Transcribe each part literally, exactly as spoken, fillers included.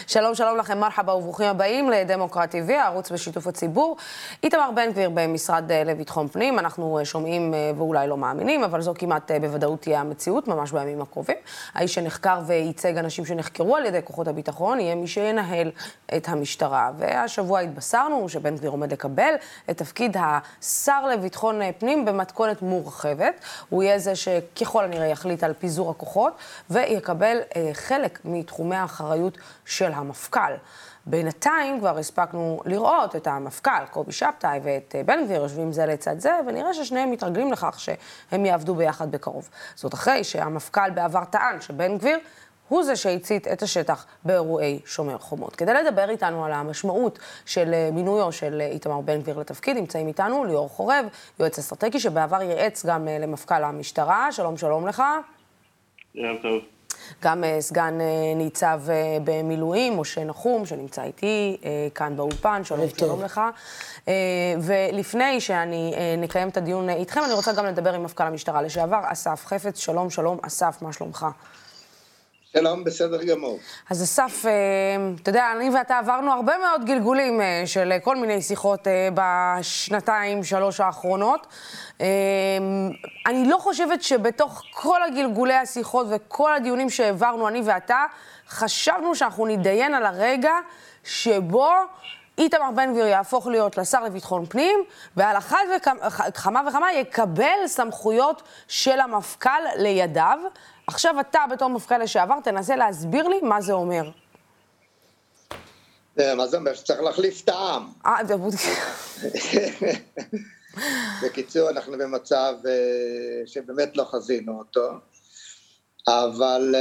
שלום, שלום לכם, מרחבה וברוכים הבאים לדמוקרט טי וי, הערוץ בשיתוף הציבור. איתמר בן גביר במשרד לביטחון פנים, אנחנו שומעים ואולי לא מאמינים, אבל זו כמעט בוודאות תהיה המציאות, ממש בימים הקרובים. האיש שנחקר וייצג אנשים שנחקרו על ידי כוחות הביטחון, יהיה מי שינהל את המשטרה. והשבוע התבשרנו שבן גביר עומד לקבל את תפקיד השר לביטחון פנים במתכונת מורחבת. הוא יהיה זה שככל הנראה יחליט על פיזור הכוחות, ויקבל חלק מתחומי האחריות של המפכ"ל. בינתיים כבר הספקנו לראות את המפכ"ל, קובי שבתאי, ואת בן גביר יושבים זה לצד זה, ונראה ששניהם מתרגלים לכך שהם יעבדו ביחד בקרוב. זאת אחרי שהמפכ"ל בעבר טען שבן גביר הוא זה שהצית את השטח באירועי שומר חומות. כדי לדבר איתנו על המשמעות של מינויו של איתמר בן גביר לתפקיד, נמצאים איתנו ליאור חורב, יועץ אסטרטגי שבעבר ייעץ גם למפכ"ל המשטרה. שלום, שלום לך. יום טוב. גם סגן ניצב במילואים, משה נחום, שנמצא איתי כאן באולפן, שלום, שלום לך. ולפני שאני נקיים את הדיון איתכם, אני רוצה גם לדבר עם מפכ"ל המשטרה לשעבר, אסף חפץ. שלום, שלום, אסף, מה שלומך? שלום, בסדר גמור. אז אסף, אתה יודע, אני ואתה עברנו הרבה מאוד גלגולים של כל מיני שיחות בשנתיים, שלוש האחרונות. אני לא חושבת שבתוך כל הגלגולי השיחות וכל הדיונים שהעברנו, אני ואתה, חשבנו שאנחנו נתדיין על הרגע שבו איתמר בן גביר יהפוך להיות לשר לביטחון פנים, ועל אחת וכמה וכמה יקבל סמכויות של המפכ"ל לידיו. עכשיו אתה בתור מפכ"ל לשעבר, תנסה להסביר לי מה זה אומר. מה זה אומר? שצריך להחליף את העם. אה, זה בודק. בקיצור, אנחנו במצב שבאמת לא חזינו אותו, אבל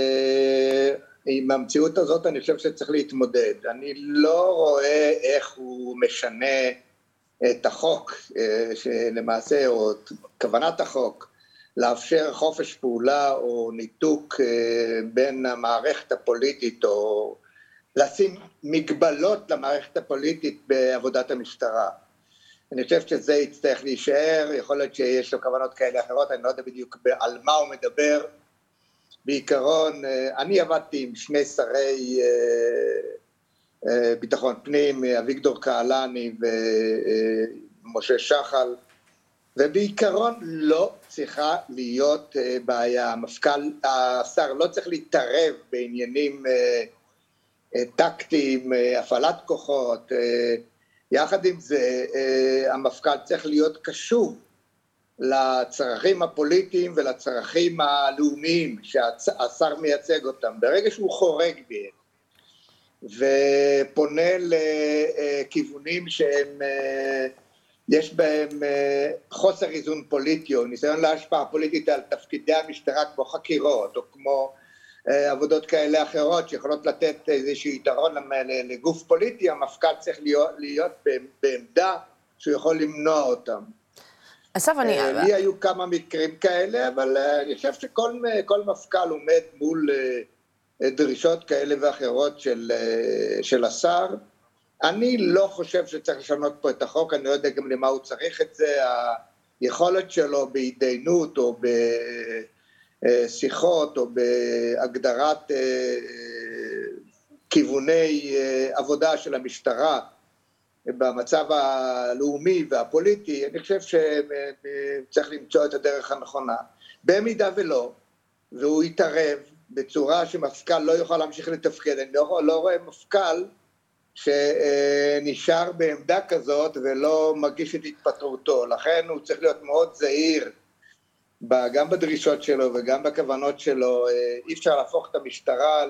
עם המציאות הזאת אני חושב שצריך להתמודד. אני לא רואה איך הוא משנה את החוק, שלמעשה, או את כוונת החוק, לאפשר חופש פעולה או ניתוק בין המערכת הפוליטית, או לשים מגבלות למערכת הפוליטית בעבודת המשטרה. אני חושב שזה יצטרך להישאר, יכול להיות שיש לו כוונות כאלה אחרות, אני לא יודע בדיוק על מה הוא מדבר. בעיקרון, אני עבדתי עם שני שרי ביטחון פנים, אביגדור קהלני ומשה שחל, ובעיקרון לא צריכה להיות בעיה. המפכ"ל, השר לא צריך להתערב בעניינים טקטיים, הפעלת כוחות. יחד עם זה, המפכ"ל צריך להיות קשוב לצרכים הפוליטיים ולצרכים הלאומיים שהשר מייצג אותם. ברגע שהוא חורג בהם ופונה לכיוונים שהם, יש בהם חוסר איזון פוליטי או ניסיון להשפעה פוליטית על תפקידי המשטרה כמו חקירות או כמו עבודות כאלה אחרות שיכולות לתת איזשהו יתרון לגוף פוליטי, המפכ"ל צריך להיות, להיות בעמדה שהוא יכול למנוע אותם. אסף, אני... לי היו כמה מקרים כאלה, אבל אני חושב שכל כל מפכ"ל עומד מול דרישות כאלה ואחרות של, של השר. אני לא חושב שצריך לשנות פה את החוק, אני לא יודע גם למה הוא צריך את זה. היכולת שלו בהתדיינות או בשיחות או בהגדרת כיווני עבודה של המשטרה במצב הלאומי והפוליטי, אני חושב שצריך למצוא את הדרך הנכונה. במידה ולא, והוא יתערב בצורה שמפכ"ל לא יוכל להמשיך לתפקד, אני לא, לא רואה מפכ"ל שנשאר בעמדה כזאת ולא מגיש את התפטרותו, לכן הוא צריך להיות מאוד זהיר, גם בדרישות שלו וגם בכוונות שלו. אי אפשר להפוך את המשטרה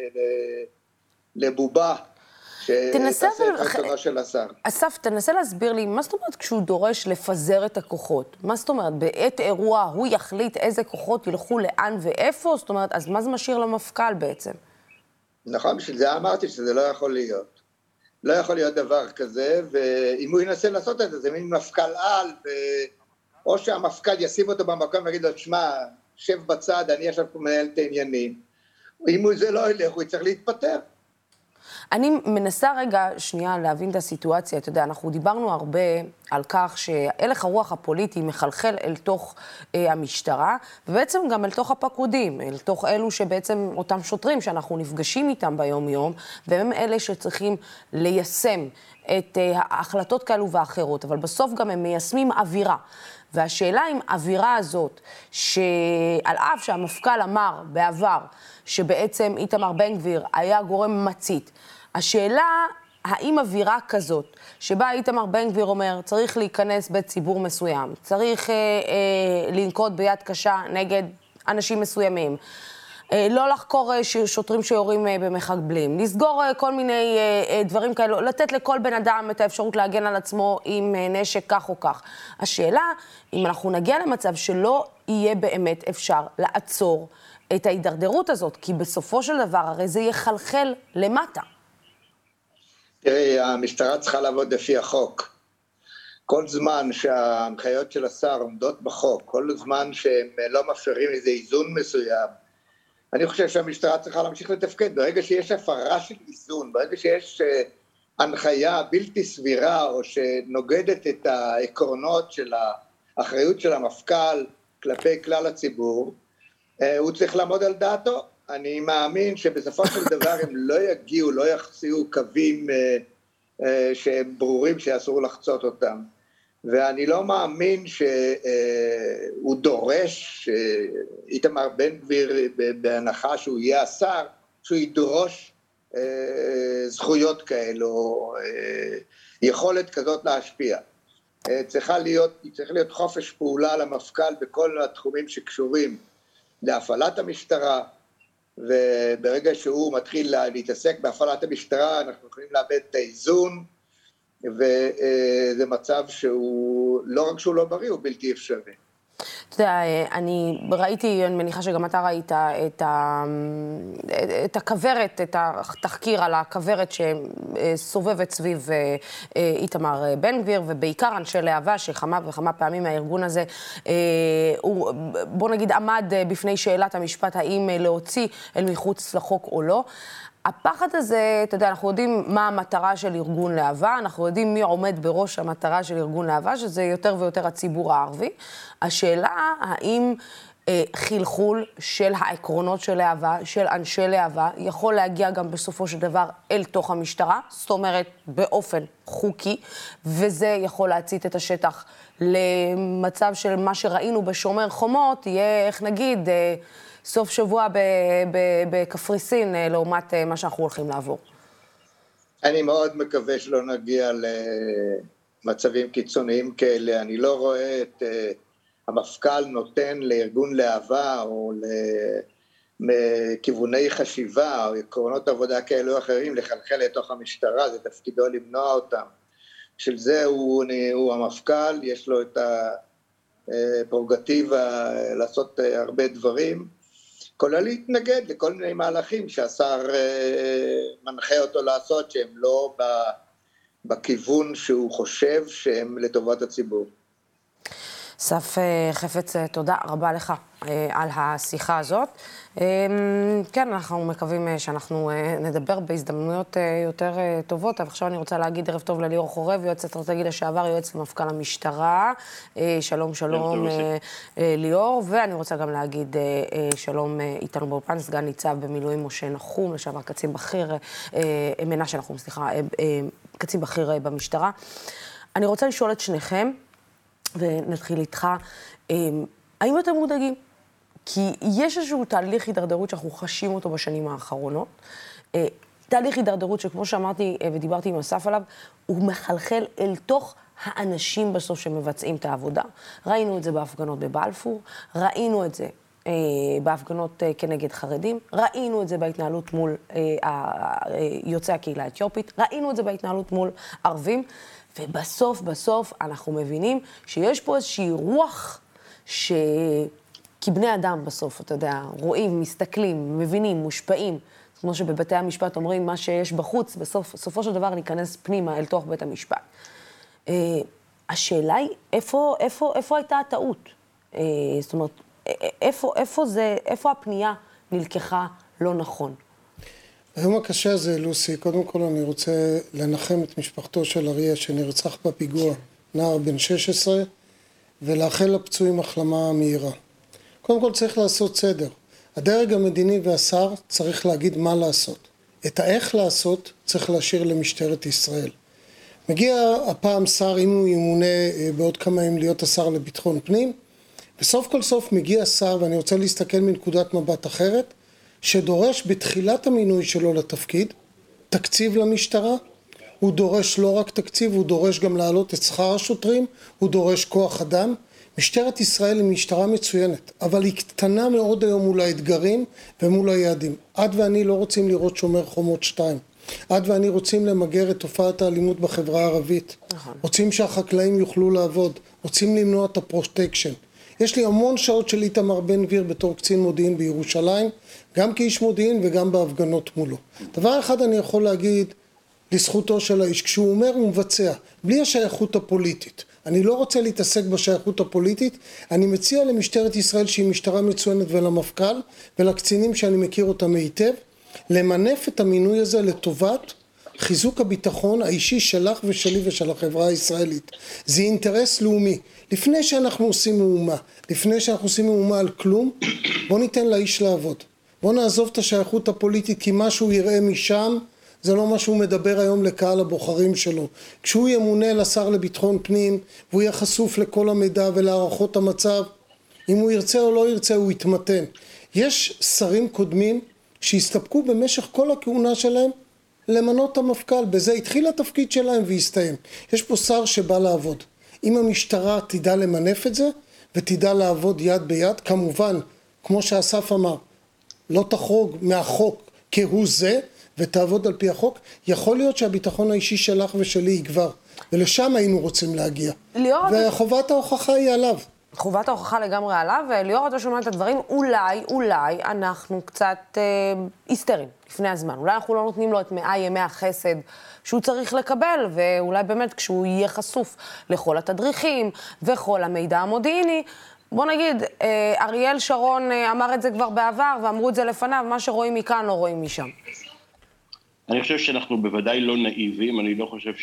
לבובה, תנסה, של השר. אסף, תנסה להסביר לי, מה זאת אומרת כשהוא דורש לפזר את הכוחות? מה זאת אומרת, בעת אירוע הוא יחליט איזה כוחות ילכו לאן ואיפה? זאת אומרת, אז מה זה משאיר למפכ"ל בעצם? נכון, בשביל זה אמרתי שזה לא יכול להיות. לא יכול להיות דבר כזה, ואם הוא ינסה לעשות את זה, זה מין מפכ"ל על, ו... או שהמפכ"ל ישים אותו במקום ויגיד לו, תשמע, שב בצד, אני עכשיו פה מנהל את העניינים. אם הוא זה לא ילך, הוא יצטרך להתפטר. אני מנסה רגע שנייה להבין את הסיטואציה. אתה יודע, אנחנו דיברנו הרבה על כך שהלך הרוח הפוליטי מחלחל אל תוך אה, המשטרה, ובעצם גם אל תוך הפקודים, אל תוך אלו שבעצם אותם שוטרים שאנחנו נפגשים איתם ביום-יום, והם אלה שצריכים ליישם את אה, ההחלטות כאלו ואחרות, אבל בסוף גם הם מיישמים אווירה. והשאלה אם האווירה הזאת, שעל אף שהמפכ"ל אמר בעבר, שבעצם איתמר בן גביר היה גורם מצית, השאלה, האם אווירה כזאת, שבה איתמר בן גביר אומר, צריך להיכנס בית ציבור מסוים, צריך אה, אה, לנקוט ביד קשה נגד אנשים מסוימים, אה, לא לחקור אה, שוטרים שיורים אה, במחבלים, לסגור אה, כל מיני אה, אה, דברים כאלו, לתת לכל בן אדם את האפשרות להגן על עצמו עם אה, נשק כך או כך. השאלה, אם אנחנו נגיע למצב שלא יהיה באמת אפשר לעצור את ההידרדרות הזאת, כי בסופו של דבר הרי זה יחלחל למטה. תראי, המשטרה צריכה לעבוד לפי החוק. כל זמן שההנחיות של השר עומדות בחוק, כל זמן שהם לא מפרים איזה איזון מסוים, אני חושב שהמשטרה צריכה להמשיך לתפקד. ברגע שיש הפרה של איזון, ברגע שיש הנחיה בלתי סבירה, או שנוגדת את העקרונות של האחריות של המפכ"ל כלפי כלל הציבור, הוא צריך לעמוד על דעתו. אני מאמין שבסופו של דבר הם לא יגיעו, לא יחציו קווים אה, אה, שהם ברורים שאסור לחצות אותם. ואני לא מאמין שהוא אה, דורש, איתמר בן גביר בהנחה שהוא יהיה השר, שהוא ידרוש אה, זכויות כאלו, אה, יכולת כזאת להשפיע. אה, צריכה להיות, צריך להיות חופש פעולה למפכ"ל בכל התחומים שקשורים להפעלת המשטרה, וברגע שהוא מתחיל להתעסק בהפעלת המשטרה, אנחנו יכולים לאבד את האיזון, וזה מצב שהוא, לא רק שהוא לא בריא, הוא בלתי אפשרי. אתה יודע, אני ראיתי, אני מניחה שגם אתה ראית את, ה, את הכברת, את התחקיר על הכברת שסובבת סביב איתמר בן גביר, ובעיקר אנשי להבה, שכמה וכמה פעמים מהארגון הזה, הוא, בוא נגיד, עמד בפני שאלת המשפט, האם להוציא אל מחוץ לחוק או לא. הפחד הזה, אתה יודע, אנחנו יודעים מה המטרה של ארגון להבה, אנחנו יודעים מי עומד בראש המטרה של ארגון להבה, שזה יותר ויותר הציבור הערבי. השאלה, האם אה, חלחול של העקרונות של להבה, של אנשי להבה, יכול להגיע גם בסופו של דבר אל תוך המשטרה, זאת אומרת באופן חוקי, וזה יכול להצית את השטח למצב של מה שראינו בשומר חומות, יהיה, איך נגיד, אה, סוף שבוע בקפריסין, לעומת מה שאנחנו הולכים לעבור. אני מאוד מקווה שלא נגיע למצבים קיצוניים כאלה. אני לא רואה את המפכ"ל נותן לארגון להבה, או לכיווני חשיבה, או עקרונות עבודה כאלו או אחרים, לחלחל לתוך המשטרה, זה תפקידו למנוע אותם. של זה הוא, הוא המפכ"ל, יש לו את הפרוגטיבה לעשות הרבה דברים, כולל להתנגד לכל מיני מהלכים שהשר מנחה אותו לעשות, שהם לא בכיוון שהוא חושב שהם לטובת הציבור. אסף חפץ, תודה רבה לך על השיחה הזאת. כן, אנחנו מקווים שאנחנו נדבר בהזדמנויות יותר טובות, אבל עכשיו אני רוצה להגיד ערב טוב לליאור חורב, יועץ אסטרטגי לשעבר, יועץ למפכ"ל המשטרה. שלום, שלום ליאור, ואני רוצה גם להגיד שלום איתנו באולפן, סגן ניצב במילואים משה נחום, לשעבר קצין בכיר, מנשה נחום, סליחה, קצין בכיר במשטרה. אני רוצה לשאול את שניכם, ונתחיל איתך, האם אתם מודאגים? כי יש איזשהו תהליך הידרדרות שאנחנו חשים אותו בשנים האחרונות. תהליך הידרדרות שכמו שאמרתי ודיברתי עם אסף עליו, הוא מחלחל אל תוך האנשים בסוף שמבצעים את העבודה. ראינו את זה בהפגנות בבלפור, ראינו את זה בהפגנות כנגד חרדים, ראינו את זה בהתנהלות מול יוצאי הקהילה האתיופית, ראינו את זה בהתנהלות מול ערבים, ובסוף, בסוף אנחנו מבינים שיש פה איזושהי רוח שכבני אדם בסוף, אתה יודע, רואים, מסתכלים, מבינים, מושפעים, כמו שבבתי המשפט אומרים, מה שיש בחוץ, בסוף, בסופו של דבר ניכנס פנימה אל תוך בית המשפט. אה, השאלה היא, איפה, איפה, איפה הייתה הטעות? אה, זאת אומרת, איפה, איפה זה, איפה הפנייה נלקחה לא נכון? היום הקשה הזה, לוסי, קודם כל אני רוצה לנחם את משפחתו של אריה שנרצח בפיגוע, נער בן שש עשרה, ולאחל לפצועים החלמה מהירה. קודם כל צריך לעשות סדר. הדרג המדיני והשר צריך להגיד מה לעשות. את האיך לעשות צריך להשאיר למשטרת ישראל. מגיע הפעם שר, אם הוא ימונה בעוד כמה ימים להיות השר לביטחון פנים, וסוף כל סוף מגיע שר, ואני רוצה להסתכל מנקודת מבט אחרת, שדורש בתחילת המינוי שלו לתפקיד, תקציב למשטרה, הוא דורש לא רק תקציב, הוא דורש גם להעלות את שכר השוטרים, הוא דורש כוח אדם. משטרת ישראל היא משטרה מצוינת, אבל היא קטנה מאוד היום מול האתגרים ומול היעדים. עד ואני לא רוצים לראות שומר חומות שתיים. עד ואני רוצים למגר את תופעת האלימות בחברה הערבית. נכון. רוצים שהחקלאים יוכלו לעבוד, רוצים למנוע את הפרוטקשן. יש לי המון שעות של איתמר בן גביר בתור קצין מודיעין בירושלים, גם כאיש מודיעין וגם בהפגנות מולו. דבר אחד אני יכול להגיד לזכותו של האיש, כשהוא אומר הוא מבצע, בלי השייכות הפוליטית. אני לא רוצה להתעסק בשייכות הפוליטית, אני מציע למשטרת ישראל שהיא משטרה מצוינת ולמפכ"ל ולקצינים שאני מכיר אותם היטב, למנף את המינוי הזה לטובת חיזוק הביטחון האישי שלך ושלי ושל החברה הישראלית. זה אינטרס לאומי. לפני שאנחנו עושים מאומה, לפני שאנחנו עושים מאומה על כלום, בוא ניתן לאיש לעבוד. בוא נעזוב את השייכות הפוליטית, כי מה שהוא יראה משם, זה לא מה שהוא מדבר היום לקהל הבוחרים שלו. כשהוא ימונה לשר לביטחון פנים, והוא יהיה חשוף לכל המידע ולהערכות המצב, אם הוא ירצה או לא ירצה, הוא יתמתן. יש שרים קודמים שהסתפקו במשך כל הכהונה שלהם למנות המפכ"ל. בזה התחיל התפקיד שלהם והסתיים. יש פה שר שבא לעבוד. אם המשטרה תדע למנף את זה, ותדע לעבוד יד ביד, כמובן, כמו שאסף אמר, לא תחרוג מהחוק כהוא זה, ותעבוד על פי החוק, יכול להיות שהביטחון האישי שלך ושלי יגבר. ולשם היינו רוצים להגיע. וחובת ההוכחה היא עליו. חובת ההוכחה לגמרי עליו, וליאור, אתה שומע את הדברים, אולי, אולי אנחנו קצת אה, היסטריים לפני הזמן. אולי אנחנו לא נותנים לו את מאה ימי החסד שהוא צריך לקבל, ואולי באמת כשהוא יהיה חשוף לכל התדריכים וכל המידע המודיעיני, בוא נגיד, אה, אריאל שרון אה, אמר את זה כבר בעבר, ואמרו את זה לפניו, מה שרואים מכאן לא רואים משם. אני חושב שאנחנו בוודאי לא נאיבים, אני לא חושב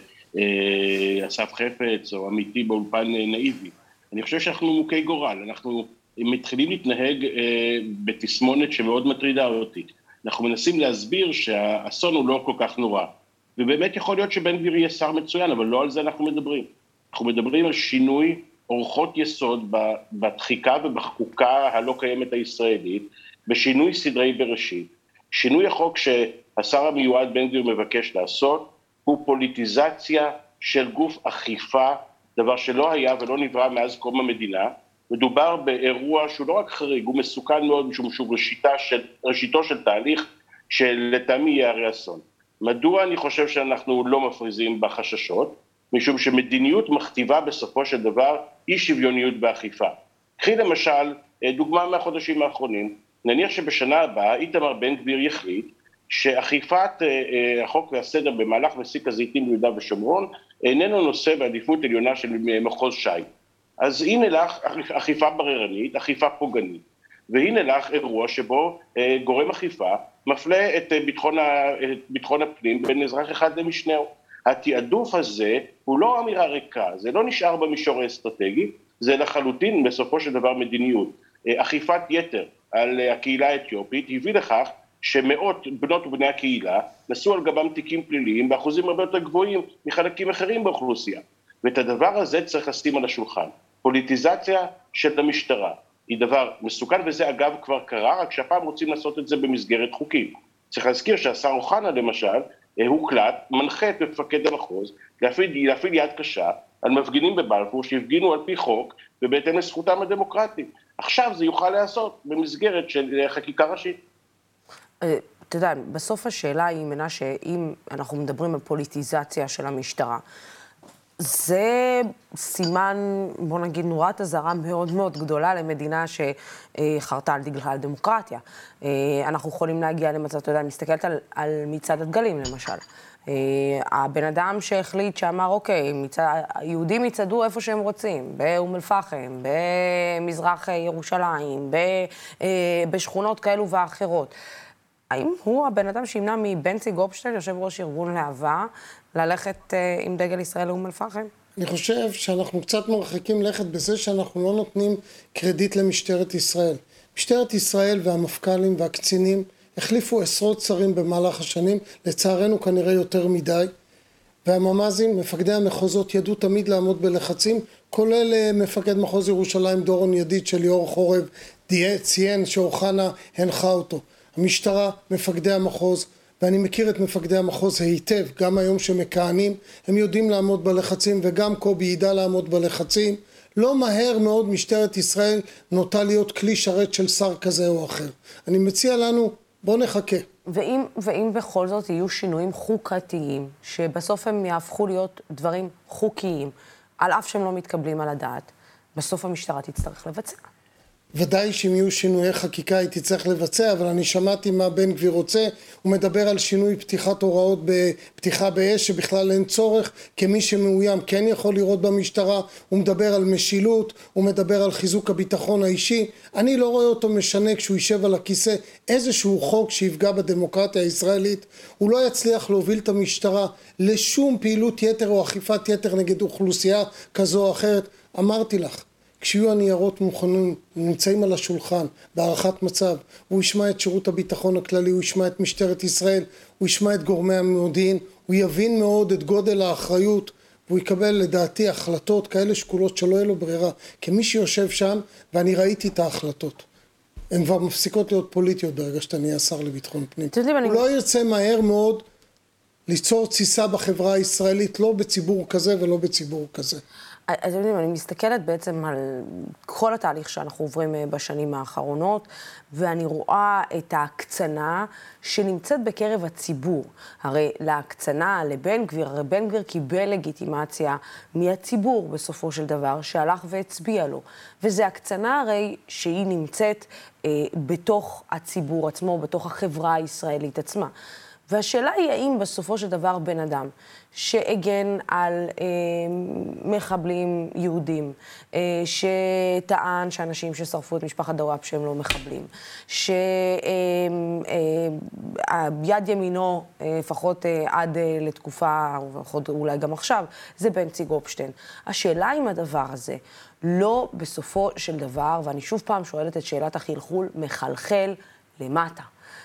שאסף חפץ או אמיתי באולפן נאיבי. אני חושב שאנחנו מוכי גורל, אנחנו מתחילים להתנהג אה, בתסמונת שמאוד מטרידה אותי. אנחנו מנסים להסביר שהאסון הוא לא כל כך נורא. ובאמת יכול להיות שבן גביר יהיה שר מצוין, אבל לא על זה אנחנו מדברים. אנחנו מדברים על שינוי אורחות יסוד בתחיקה ובחוקה הלא קיימת הישראלית, בשינוי סדרי בראשית. שינוי החוק שהשר המיועד בן גביר מבקש לעשות, הוא פוליטיזציה של גוף אכיפה, דבר שלא היה ולא נברא מאז קום המדינה. מדובר באירוע שהוא לא רק חריג, הוא מסוכן מאוד משום שהוא ראשיתה של, ראשיתו של תהליך שלטעמי יהיה הרי אסון. מדוע אני חושב שאנחנו לא מפריזים בחששות? משום שמדיניות מכתיבה בסופו של דבר אי שוויוניות באכיפה. קחי למשל דוגמה מהחודשים האחרונים, נניח שבשנה הבאה איתמר בן גביר יחליט שאכיפת החוק והסדר במהלך מסיק הזיתים ביהודה ושומרון איננו נושא בעדיפות עליונה של מחוז ש"י. אז הנה לך אכיפה בררנית, אכיפה פוגענית, והנה לך אירוע שבו גורם אכיפה מפלה את ביטחון, את ביטחון הפנים בין אזרח אחד למשנהו. התיעדוף הזה הוא לא אמירה ריקה, זה לא נשאר במישור האסטרטגי, זה לחלוטין בסופו של דבר מדיניות. אכיפת יתר על הקהילה האתיופית הביא לכך שמאות בנות ובני הקהילה נשאו על גבם תיקים פליליים באחוזים הרבה יותר גבוהים מחלקים אחרים באוכלוסייה. ואת הדבר הזה צריך לשים על השולחן. פוליטיזציה של המשטרה היא דבר מסוכן, וזה אגב כבר קרה, רק שהפעם רוצים לעשות את זה במסגרת חוקים. צריך להזכיר שהשר אוחנה למשל, הוא קלט, מנחה את מפקד המחוז, להפעיל, להפעיל יד קשה על מפגינים בבלפור שהפגינו על פי חוק ובהתאם לזכותם הדמוקרטית. עכשיו זה יוכל לעשות במסגרת של חקיקה ראשית. אתה יודע, בסוף השאלה היא מנה שאם אנחנו מדברים על פוליטיזציה של המשטרה, זה סימן, בוא נגיד, נורת אזהרה מאוד מאוד גדולה למדינה שחרתה על דגלה על דמוקרטיה. אנחנו יכולים להגיע למצב, אתה יודע, מסתכלת על, על מצעד הדגלים למשל. הבן אדם שהחליט שאמר, אוקיי, מצע... יהודים יצעדו איפה שהם רוצים, באום אל-פחם, במזרח ירושלים, בשכונות כאלו ואחרות. האם הוא הבן אדם שימנע מבנצי גופשטיין, יושב ראש ארגון להבה, ללכת uh, עם דגל ישראל לאום אל-פחם? אני חושב שאנחנו קצת מרחיקים לכת בזה שאנחנו לא נותנים קרדיט למשטרת ישראל. משטרת ישראל והמפכ"לים והקצינים החליפו עשרות שרים במהלך השנים, לצערנו כנראה יותר מדי, והממ"זים, מפקדי המחוזות, ידעו תמיד לעמוד בלחצים, כולל מפקד מחוז ירושלים דורון ידיד של ליאור חורב, ציין שאוחנה הנחה אותו. המשטרה, מפקדי המחוז, ואני מכיר את מפקדי המחוז היטב, גם היום שמכהנים, הם יודעים לעמוד בלחצים, וגם קובי ידע לעמוד בלחצים. לא מהר מאוד משטרת ישראל נוטה להיות כלי שרת של שר כזה או אחר. אני מציע לנו, בוא נחכה. ואם, ואם בכל זאת יהיו שינויים חוקתיים, שבסוף הם יהפכו להיות דברים חוקיים, על אף שהם לא מתקבלים על הדעת, בסוף המשטרה תצטרך לבצע. ודאי שאם יהיו שינויי חקיקה היא תצטרך לבצע, אבל אני שמעתי מה בן גביר רוצה, הוא מדבר על שינוי פתיחת הוראות בפתיחה באש, שבכלל אין צורך, כמי שמאוים כן יכול לראות במשטרה, הוא מדבר על משילות, הוא מדבר על חיזוק הביטחון האישי, אני לא רואה אותו משנה כשהוא יישב על הכיסא איזשהו חוק שיפגע בדמוקרטיה הישראלית, הוא לא יצליח להוביל את המשטרה לשום פעילות יתר או אכיפת יתר נגד אוכלוסייה כזו או אחרת. אמרתי לך, כשיהיו הניירות מוכנים, נמצאים על השולחן, בהערכת מצב, הוא ישמע את שירות הביטחון הכללי, הוא ישמע את משטרת ישראל, הוא ישמע את גורמי המודיעין, הוא יבין מאוד את גודל האחריות, והוא יקבל לדעתי החלטות כאלה שקולות שלא יהיה לו ברירה, כמי שיושב שם, ואני ראיתי את ההחלטות. הן כבר מפסיקות להיות פוליטיות ברגע שאתה נהיה שר לביטחון פנים. הוא לא ירצה מהר מאוד ליצור תסיסה בחברה הישראלית, לא בציבור כזה ולא בציבור כזה. אז אני מסתכלת בעצם על כל התהליך שאנחנו עוברים בשנים האחרונות, ואני רואה את ההקצנה שנמצאת בקרב הציבור. הרי להקצנה, לבן גביר, הרי בן גביר קיבל לגיטימציה מהציבור בסופו של דבר, שהלך והצביע לו. וזה הקצנה הרי שהיא נמצאת אה, בתוך הציבור עצמו, בתוך החברה הישראלית עצמה. והשאלה היא האם בסופו של דבר בן אדם שהגן על אה, מחבלים יהודים, אה, שטען שאנשים ששרפו את משפחת דוואב שהם לא מחבלים, שיד אה, אה, ימינו, אה, לפחות אה, עד אה, לתקופה, אולי גם עכשיו, זה בנצי גופשטיין. השאלה אם הדבר הזה לא בסופו של דבר, ואני שוב פעם שואלת את שאלת החלחול, מחלחל למטה.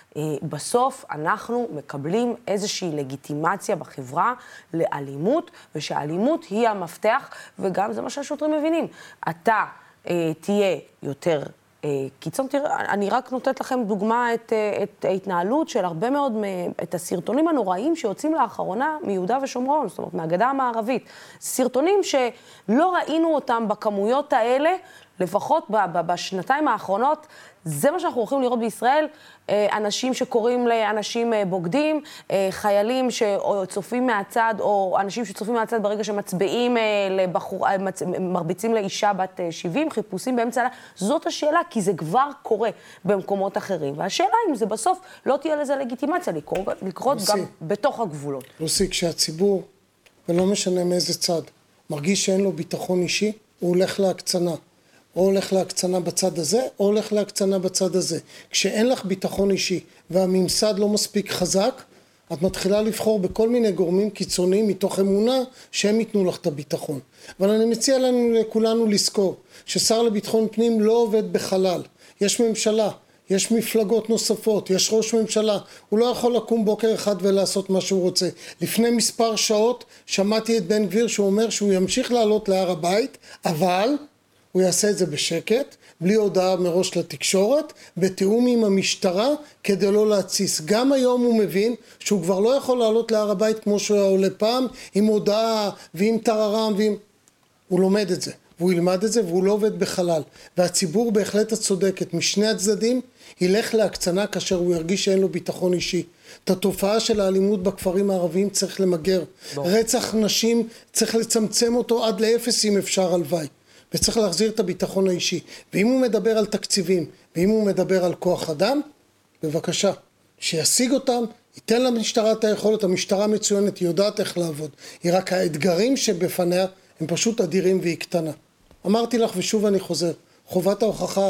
בסוף אנחנו מקבלים איזושהי לגיטימציה בחברה לאלימות, ושהאלימות היא המפתח, וגם זה מה שהשוטרים מבינים. אתה אה, תהיה יותר אה, קיצון, תראה, אני רק נותנת לכם דוגמה את, את ההתנהלות של הרבה מאוד, את הסרטונים הנוראים שיוצאים לאחרונה מיהודה ושומרון, זאת אומרת, מהגדה המערבית. סרטונים שלא ראינו אותם בכמויות האלה, לפחות בשנתיים האחרונות, זה מה שאנחנו הולכים לראות בישראל, אנשים שקוראים לאנשים בוגדים, חיילים שצופים מהצד, או אנשים שצופים מהצד ברגע שמצביעים לבחור, מרביצים לאישה בת שבעים, חיפושים באמצע, זאת השאלה, כי זה כבר קורה במקומות אחרים. והשאלה אם זה בסוף לא תהיה לזה לגיטימציה, לקרות גם בתוך הגבולות. רוסי, כשהציבור, ולא משנה מאיזה צד, מרגיש שאין לו ביטחון אישי, הוא הולך להקצנה. או הולך להקצנה בצד הזה, או הולך להקצנה בצד הזה. כשאין לך ביטחון אישי והממסד לא מספיק חזק, את מתחילה לבחור בכל מיני גורמים קיצוניים מתוך אמונה שהם ייתנו לך את הביטחון. אבל אני מציע לנו לכולנו לזכור ששר לביטחון פנים לא עובד בחלל. יש ממשלה, יש מפלגות נוספות, יש ראש ממשלה. הוא לא יכול לקום בוקר אחד ולעשות מה שהוא רוצה. לפני מספר שעות שמעתי את בן גביר שהוא אומר שהוא ימשיך לעלות להר הבית, אבל הוא יעשה את זה בשקט, בלי הודעה מראש לתקשורת, בתיאום עם המשטרה, כדי לא להציס. גם היום הוא מבין שהוא כבר לא יכול לעלות להר הבית כמו שהוא היה עולה פעם, עם הודעה ועם טררם ועם... הוא לומד את זה, והוא ילמד את זה, והוא לא עובד בחלל. והציבור בהחלט הצודקת, משני הצדדים, ילך להקצנה כאשר הוא ירגיש שאין לו ביטחון אישי. את התופעה של האלימות בכפרים הערביים צריך למגר. בוא. רצח נשים צריך לצמצם אותו עד לאפס אם אפשר הלוואי. וצריך להחזיר את הביטחון האישי. ואם הוא מדבר על תקציבים, ואם הוא מדבר על כוח אדם, בבקשה, שישיג אותם, ייתן למשטרה את היכולת, המשטרה מצוינת, היא יודעת איך לעבוד. היא רק האתגרים שבפניה הם פשוט אדירים והיא קטנה. אמרתי לך ושוב אני חוזר, חובת ההוכחה עליו.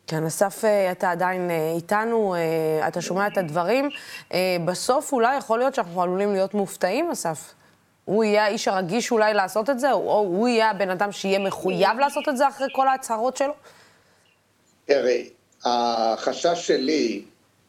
כן, אסף, אתה עדיין איתנו, אתה שומע את הדברים. בסוף אולי יכול להיות שאנחנו עלולים להיות מופתעים, אסף. הוא יהיה האיש הרגיש אולי לעשות את זה, או הוא יהיה הבן אדם שיהיה מחויב לעשות את זה אחרי כל ההצהרות שלו? תראי, החשש שלי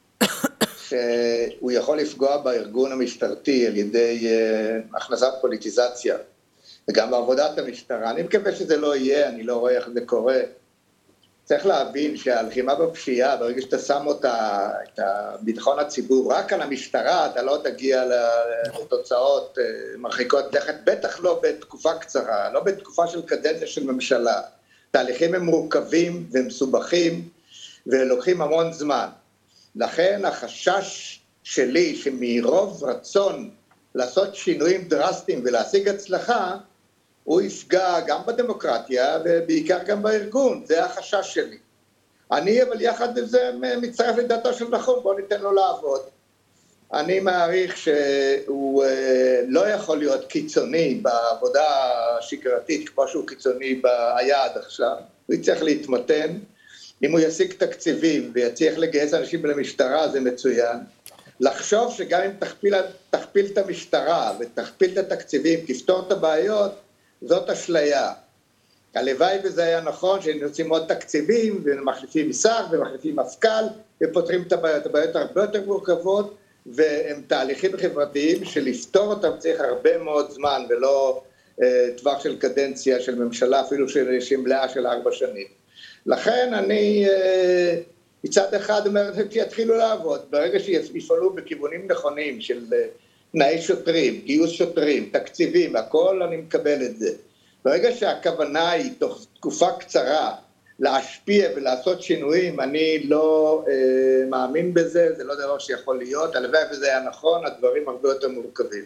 שהוא יכול לפגוע בארגון המשטרתי על ידי הכנסת פוליטיזציה, וגם בעבודת המשטרה. אני מקווה שזה לא יהיה, אני לא רואה איך זה קורה. צריך להבין שהלחימה בפשיעה, ברגע שאתה שם אותה, את הביטחון הציבור, רק על המשטרה, אתה לא תגיע לתוצאות מרחיקות לכת, בטח לא בתקופה קצרה, לא בתקופה של קדנציה של ממשלה. תהליכים הם מורכבים ומסובכים, ולוקחים המון זמן. לכן החשש שלי, שמרוב רצון לעשות שינויים דרסטיים ולהשיג הצלחה, הוא יפגע גם בדמוקרטיה ובעיקר גם בארגון, זה החשש שלי. אני אבל יחד עם זה מצטרף לדעתו של נחום, בוא ניתן לו לעבוד. אני מעריך שהוא לא יכול להיות קיצוני בעבודה השגרתית, כמו שהוא קיצוני היה עד עכשיו, הוא יצטרך להתמתן. אם הוא ישיג תקציבים ויצליח לגייס אנשים למשטרה, זה מצוין. לחשוב שגם אם תכפיל, תכפיל את המשטרה ותכפיל את התקציבים, תפתור את הבעיות, זאת אשליה. הלוואי וזה היה נכון, שנוצאים עוד תקציבים, ומחליפים שר, ומחליפים מפכ"ל, ופותרים את הבעיות. הבעיות הרבה יותר מורכבות, והם תהליכים חברתיים שלפתור אותם צריך הרבה מאוד זמן, ולא אה, טווח של קדנציה של ממשלה, אפילו של, של מלאה של ארבע שנים. לכן אני אה, מצד אחד אומר שיתחילו לעבוד, ברגע שיפעלו בכיוונים נכונים של אה, תנאי שוטרים, גיוס שוטרים, תקציבים, הכל אני מקבל את זה. ברגע שהכוונה היא תוך תקופה קצרה להשפיע ולעשות שינויים, אני לא אה, מאמין בזה, זה לא דבר שיכול להיות, הלוואי וזה היה נכון, הדברים הרבה יותר מורכבים.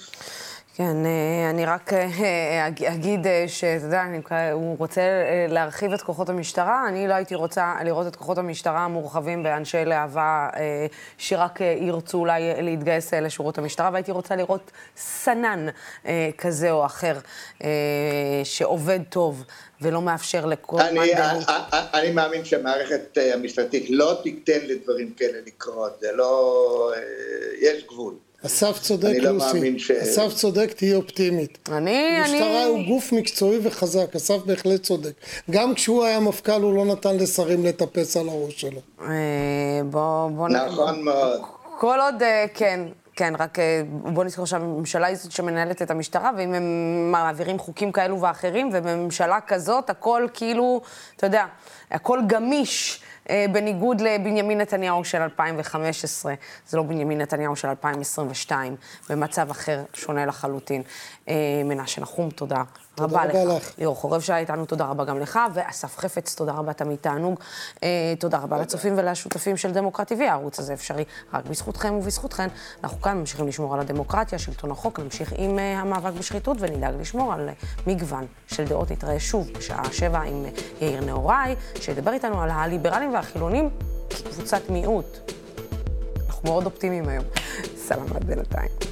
כן, אני רק אגיד שאתה יודע, הוא רוצה להרחיב את כוחות המשטרה, אני לא הייתי רוצה לראות את כוחות המשטרה המורחבים באנשי להבה שרק ירצו אולי להתגייס לשורות המשטרה, והייתי רוצה לראות סנן כזה או אחר שעובד טוב ולא מאפשר לכל... אני, אני, אני מאמין שהמערכת המשטרתית לא תיתן לדברים כאלה לקרות, זה לא... יש גבול. אסף צודק, לוסי. ש... אסף צודק, תהיה אופטימית. אני... המשטרה אני... הוא גוף מקצועי וחזק, אסף בהחלט צודק. גם כשהוא היה מפכ"ל, הוא לא נתן לשרים לטפס על הראש שלו. בוא... בוא נכון מאוד. כל עוד, כן, כן, רק בוא נזכור שהממשלה היא זאת שמנהלת את המשטרה, ואם הם מעבירים חוקים כאלו ואחרים, ובממשלה כזאת, הכל כאילו, אתה יודע, הכל גמיש. בניגוד לבנימין נתניהו של אלפיים וחמש עשרה, זה לא בנימין נתניהו של אלפיים עשרים ושתיים, במצב אחר שונה לחלוטין. מנשה נחום, תודה רבה לך. תודה רבה לך. ליאור חורב שהיה איתנו, תודה רבה גם לך, ואסף חפץ, תודה רבה, תמיד תענוג. תודה רבה לצופים ולשותפים של דמוקרט טי וי, הערוץ הזה אפשרי רק בזכותכם ובזכותכן. אנחנו כאן ממשיכים לשמור על הדמוקרטיה, שלטון החוק, נמשיך עם המאבק בשחיתות ונדאג לשמור על מגוון של דעות. נתראה שוב בשעה שבע עם יאיר נאוראי, שידבר איתנו על הליברלים והחילונים כקבוצת מיעוט. אנחנו מאוד אופטימיים היום. סלמת בינתיים.